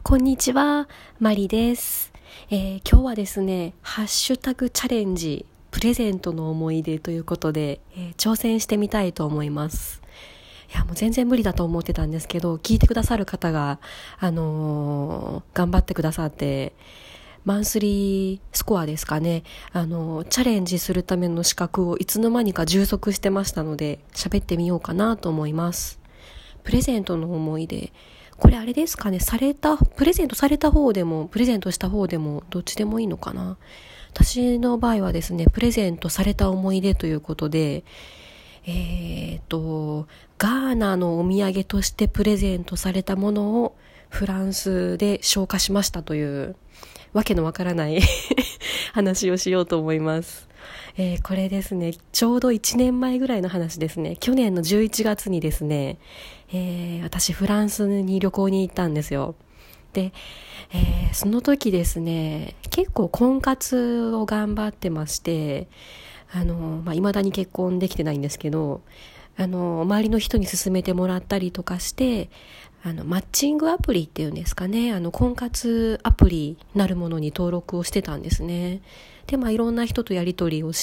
こんにちは、マリです。今日はですね、ハッシュタグチャレンジ、プレゼントの思い出ということで、挑戦してみたいと思います。いや、もう全然無理だと思ってたんですけど、聞いてくださる方が、頑張ってくださって、マンスリースコアですかね、チャレンジするための資格をいつの間にか充足してましたので、喋ってみようかなと思います。プレゼントの思い出。これあれですかね、プレゼントされた方でも、プレゼントした方でも、どっちでもいいのかな。私の場合はですね、プレゼントされた思い出ということで、ガーナのお土産としてプレゼントされたものをフランスで消化しましたという、わけのわからない話をしようと思います。これですね、ちょうど1年前ぐらいの話ですね。去年の11月にですね、私フランスに旅行に行ったんですよ。で、その時ですね、結構婚活を頑張ってまして、未だに結婚できてないんですけど、周りの人に勧めてもらったりとかして、マッチングアプリっていうんですかね、婚活アプリなるものに登録をしてたんですね。で、いろんな人とやり取りをして、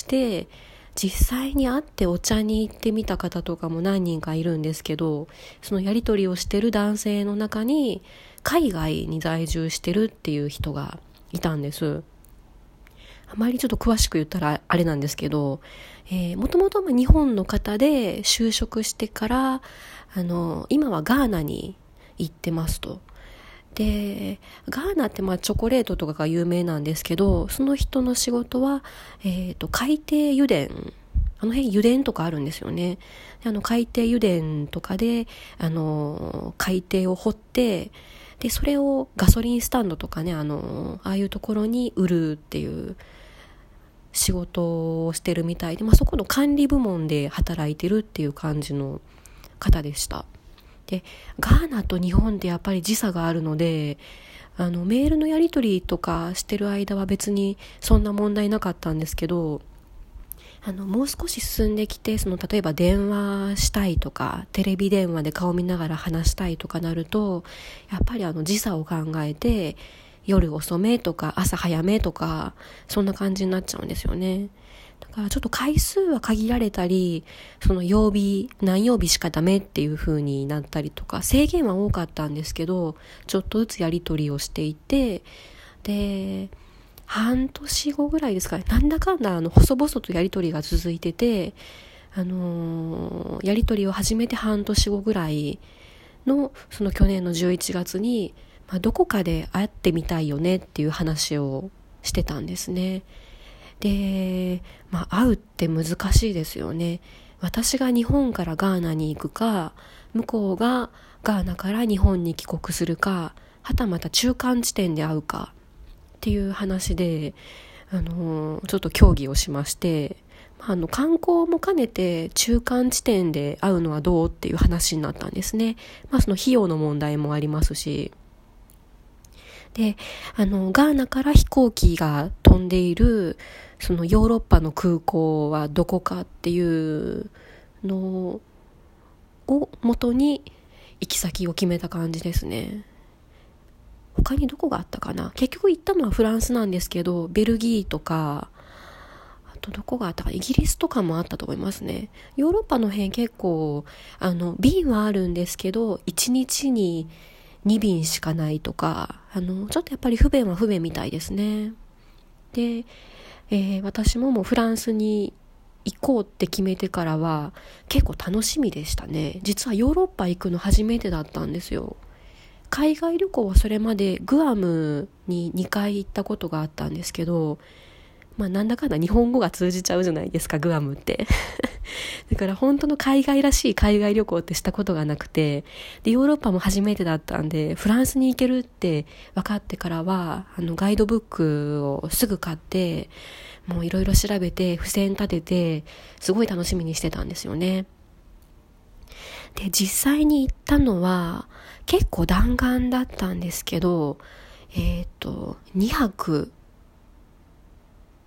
実際に会ってお茶に行ってみた方とかも何人かいるんですけど、そのやり取りをしてる男性の中に、海外に在住してるっていう人がいたんです。あまりちょっと詳しく言ったらあれなんですけど、もともと日本の方で就職してから、今はガーナに行ってますと。で、ガーナってチョコレートとかが有名なんですけど、その人の仕事は、海底油田、あの辺油田とかあるんですよね。で、海底油田とかで、海底を掘って、で、それをガソリンスタンドとかね、ああいうところに売るっていう仕事をしてるみたいで、そこの管理部門で働いてるっていう感じの方でした。で、ガーナと日本ってやっぱり時差があるので、メールのやり取りとかしてる間は別にそんな問題なかったんですけど、もう少し進んできて、例えば電話したいとか、テレビ電話で顔見ながら話したいとかなると、やっぱり時差を考えて、夜遅めとか朝早めとか、そんな感じになっちゃうんですよね。だからちょっと回数は限られたり、その曜日、何曜日しかダメっていう風になったりとか、制限は多かったんですけど、ちょっとずつやり取りをしていて、で、半年後ぐらいですかね、なんだかんだ細々とやり取りが続いてて、やり取りを始めて半年後ぐらいの、その去年の11月に、どこかで会ってみたいよねっていう話をしてたんですね。で、会うって難しいですよね。私が日本からガーナに行くか、向こうがガーナから日本に帰国するか、はたまた中間地点で会うかっていう話で、ちょっと協議をしまして、観光も兼ねて中間地点で会うのはどうっていう話になったんですね。その費用の問題もありますし。で、ガーナから飛行機が飛んでいる、そのヨーロッパの空港はどこかっていうのを元に行き先を決めた感じですね。他にどこがあったかな。結局行ったのはフランスなんですけど、ベルギーとか、あとどこがあったか、イギリスとかもあったと思いますね。ヨーロッパの辺結構、便はあるんですけど、1日に2便しかないとか、ちょっとやっぱり不便は不便みたいですね。で、私ももうフランスに行こうって決めてからは結構楽しみでしたね。実はヨーロッパ行くの初めてだったんですよ。海外旅行はそれまでグアムに2回行ったことがあったんですけど、なんだかんだ日本語が通じちゃうじゃないですか、グアムってだから本当の海外らしい海外旅行ってしたことがなくて、でヨーロッパも初めてだったんで、フランスに行けるって分かってからはガイドブックをすぐ買って、もういろいろ調べて付箋立てて、すごい楽しみにしてたんですよね。で、実際に行ったのは結構弾丸だったんですけど、2泊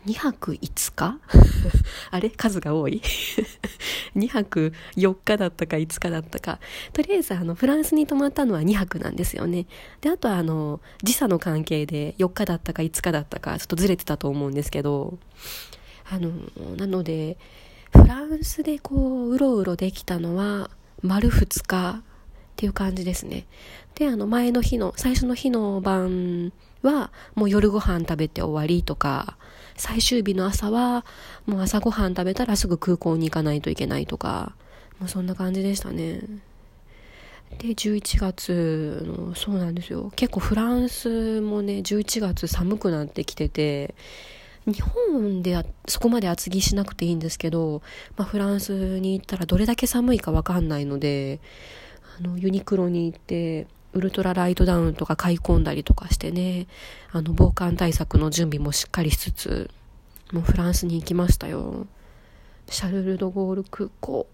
2泊5日あれ数が多い2泊4日だったか5日だったか。とりあえずフランスに泊まったのは2泊なんですよね。で、あとは時差の関係で4日だったか5日だったかちょっとずれてたと思うんですけど、なのでフランスでうろうろできたのは丸2日っていう感じですね。で、前の日の最初の日の晩はもう夜ご飯食べて終わりとか、最終日の朝はもう朝ごはん食べたらすぐ空港に行かないといけないとか、もうそんな感じでしたね。で、11月の、そうなんですよ。結構フランスもね、11月寒くなってきてて、日本ではそこまで厚着しなくていいんですけど、フランスに行ったらどれだけ寒いかわかんないので、ユニクロに行ってウルトラライトダウンとか買い込んだりとかしてね、防寒対策の準備もしっかりしつつ、もうフランスに行きましたよ。シャルル・ド・ゴール空港、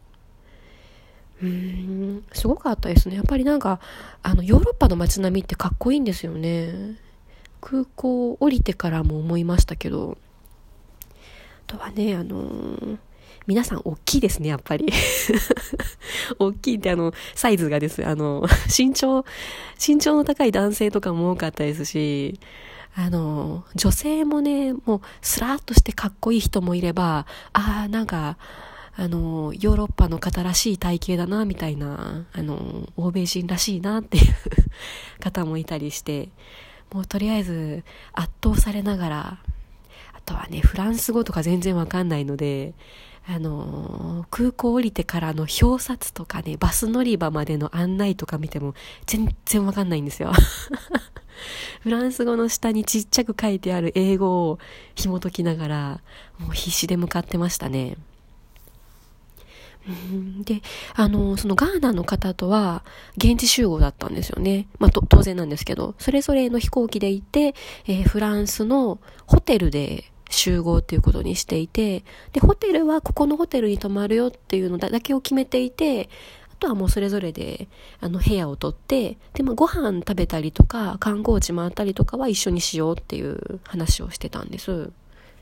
すごかったですね。やっぱりなんかヨーロッパの街並みってかっこいいんですよね。空港降りてからも思いましたけど、あとはね、皆さん大きいですね、やっぱり大きいってサイズがです、身長の高い男性とかも多かったですし、女性もね、もうスラーっとしてかっこいい人もいれば、なんかヨーロッパの方らしい体型だなみたいな、欧米人らしいなっていう方もいたりして、もうとりあえず圧倒されながら、あとはね、フランス語とか全然わかんないので、空港降りてからの表札とかね、バス乗り場までの案内とか見ても全然わかんないんですよフランス語の下にちっちゃく書いてある英語を紐解きながら、もう必死で向かってましたね。で、そのガーナの方とは現地集合だったんですよね。当然なんですけど、それぞれの飛行機で行って、フランスのホテルで集合っていうことにしていて、で、ホテルはここのホテルに泊まるよっていうのだけを決めていて、あとはもうそれぞれで部屋を取って、で、ご飯食べたりとか観光地回ったりとかは一緒にしようっていう話をしてたんです。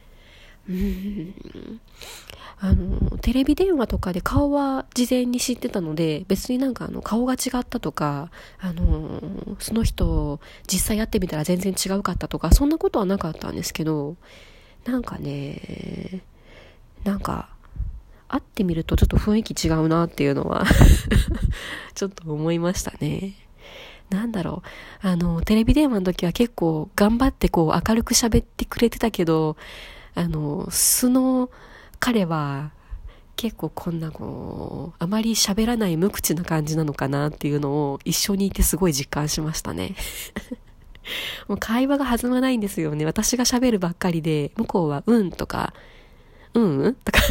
テレビ電話とかで顔は事前に知ってたので、別になんか顔が違ったとか、その人実際会ってみたら全然違うかったとか、そんなことはなかったんですけど、なんかね、なんか会ってみるとちょっと雰囲気違うなっていうのはちょっと思いましたね。なんだろう、テレビ電話の時は結構頑張って明るく喋ってくれてたけど、素の彼は結構こんなあまり喋らない無口な感じなのかなっていうのを一緒にいてすごい実感しましたねもう会話が弾まないんですよね。私が喋るばっかりで、向こうはうんとかうんとか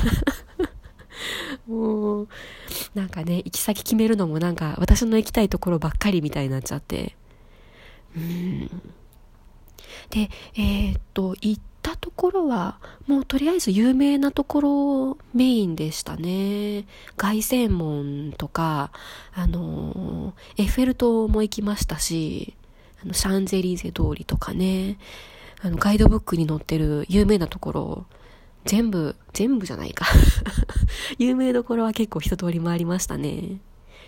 もうなんかね、行き先決めるのもなんか私の行きたいところばっかりみたいになっちゃって、で、行ったところはもうとりあえず有名なところメインでしたね。凱旋門とかエッフェル塔も行きましたし、シャンゼリゼ通りとかね、ガイドブックに載ってる有名なところ全部じゃないか有名どころは結構一通り回りましたね。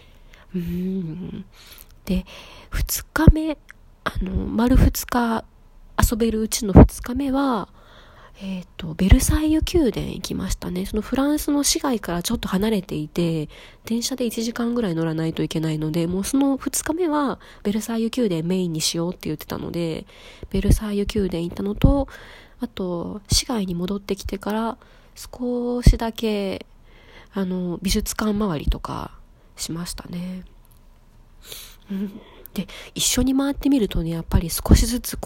で、2日目丸2日遊べるうちの2日目はベルサイユ宮殿行きましたね。そのフランスの市街からちょっと離れていて、電車で1時間ぐらい乗らないといけないので、もうその2日目はベルサイユ宮殿メインにしようって言ってたので、ベルサイユ宮殿行ったのと、あと市街に戻ってきてから少しだけ美術館周りとかしましたね。で、一緒に回ってみるとね、やっぱり少しずつ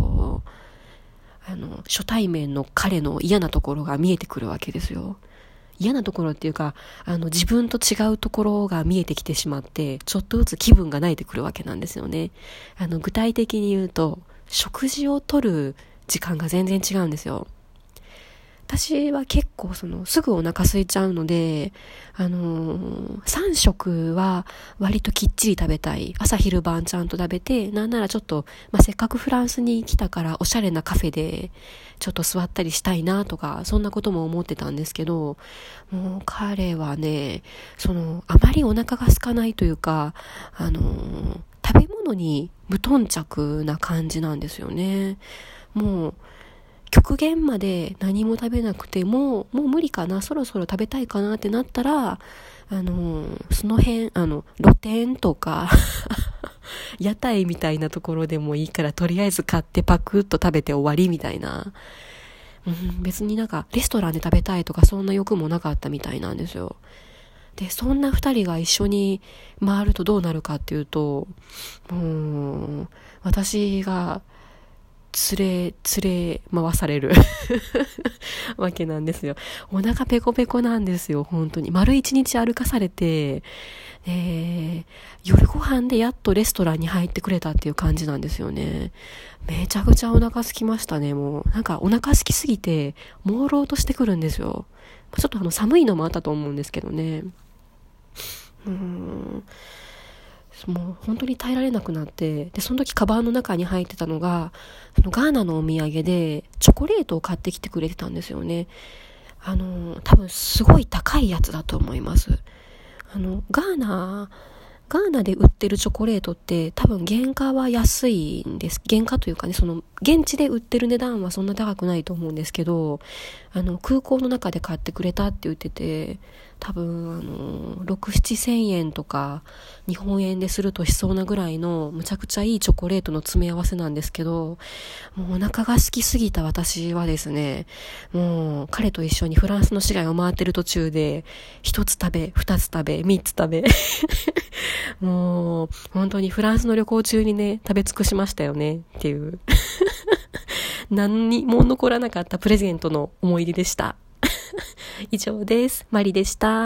初対面の彼の嫌なところが見えてくるわけですよ。嫌なところっていうか、自分と違うところが見えてきてしまって、ちょっとずつ気分が慣れてくるわけなんですよね。具体的に言うと、食事をとる時間が全然違うんですよ。 私は結構すぐお腹空いちゃうので、3食は割ときっちり食べたい。朝昼晩ちゃんと食べて、なんならちょっと、せっかくフランスに来たからおしゃれなカフェでちょっと座ったりしたいなとか、そんなことも思ってたんですけど、もう彼はね、あまりお腹が空かないというか、食べ物に無頓着な感じなんですよね。もう、極限まで何も食べなくても、もう無理かな、そろそろ食べたいかなってなったら、その辺、露店とか、屋台みたいなところでもいいから、とりあえず買ってパクッと食べて終わりみたいな。別になんか、レストランで食べたいとか、そんな欲もなかったみたいなんですよ。で、そんな二人が一緒に回るとどうなるかっていうと、私が、連れ回されるわけなんですよ。お腹ペコペコなんですよ、本当に。丸一日歩かされて、夜ご飯でやっとレストランに入ってくれたっていう感じなんですよね。めちゃくちゃお腹空きましたね、もう。なんかお腹空きすぎて、朦朧としてくるんですよ。ちょっと寒いのもあったと思うんですけどね。もう本当に耐えられなくなって、で、その時カバンの中に入ってたのが、ガーナのお土産でチョコレートを買ってきてくれてたんですよね。多分すごい高いやつだと思います。ガーナで売ってるチョコレートって多分原価は安いんです。原価というかね、現地で売ってる値段はそんな高くないと思うんですけど、空港の中で買ってくれたって言ってて、多分6、7千円とか日本円でするとしそうなぐらいのむちゃくちゃいいチョコレートの詰め合わせなんですけど、もうお腹が空きすぎた私はですね、もう彼と一緒にフランスの市街を回ってる途中で、1つ食べ、2つ食べ、3つ食べもう本当にフランスの旅行中にね、食べ尽くしましたよねっていう何にも残らなかったプレゼントの思い出でした以上です。マリでした。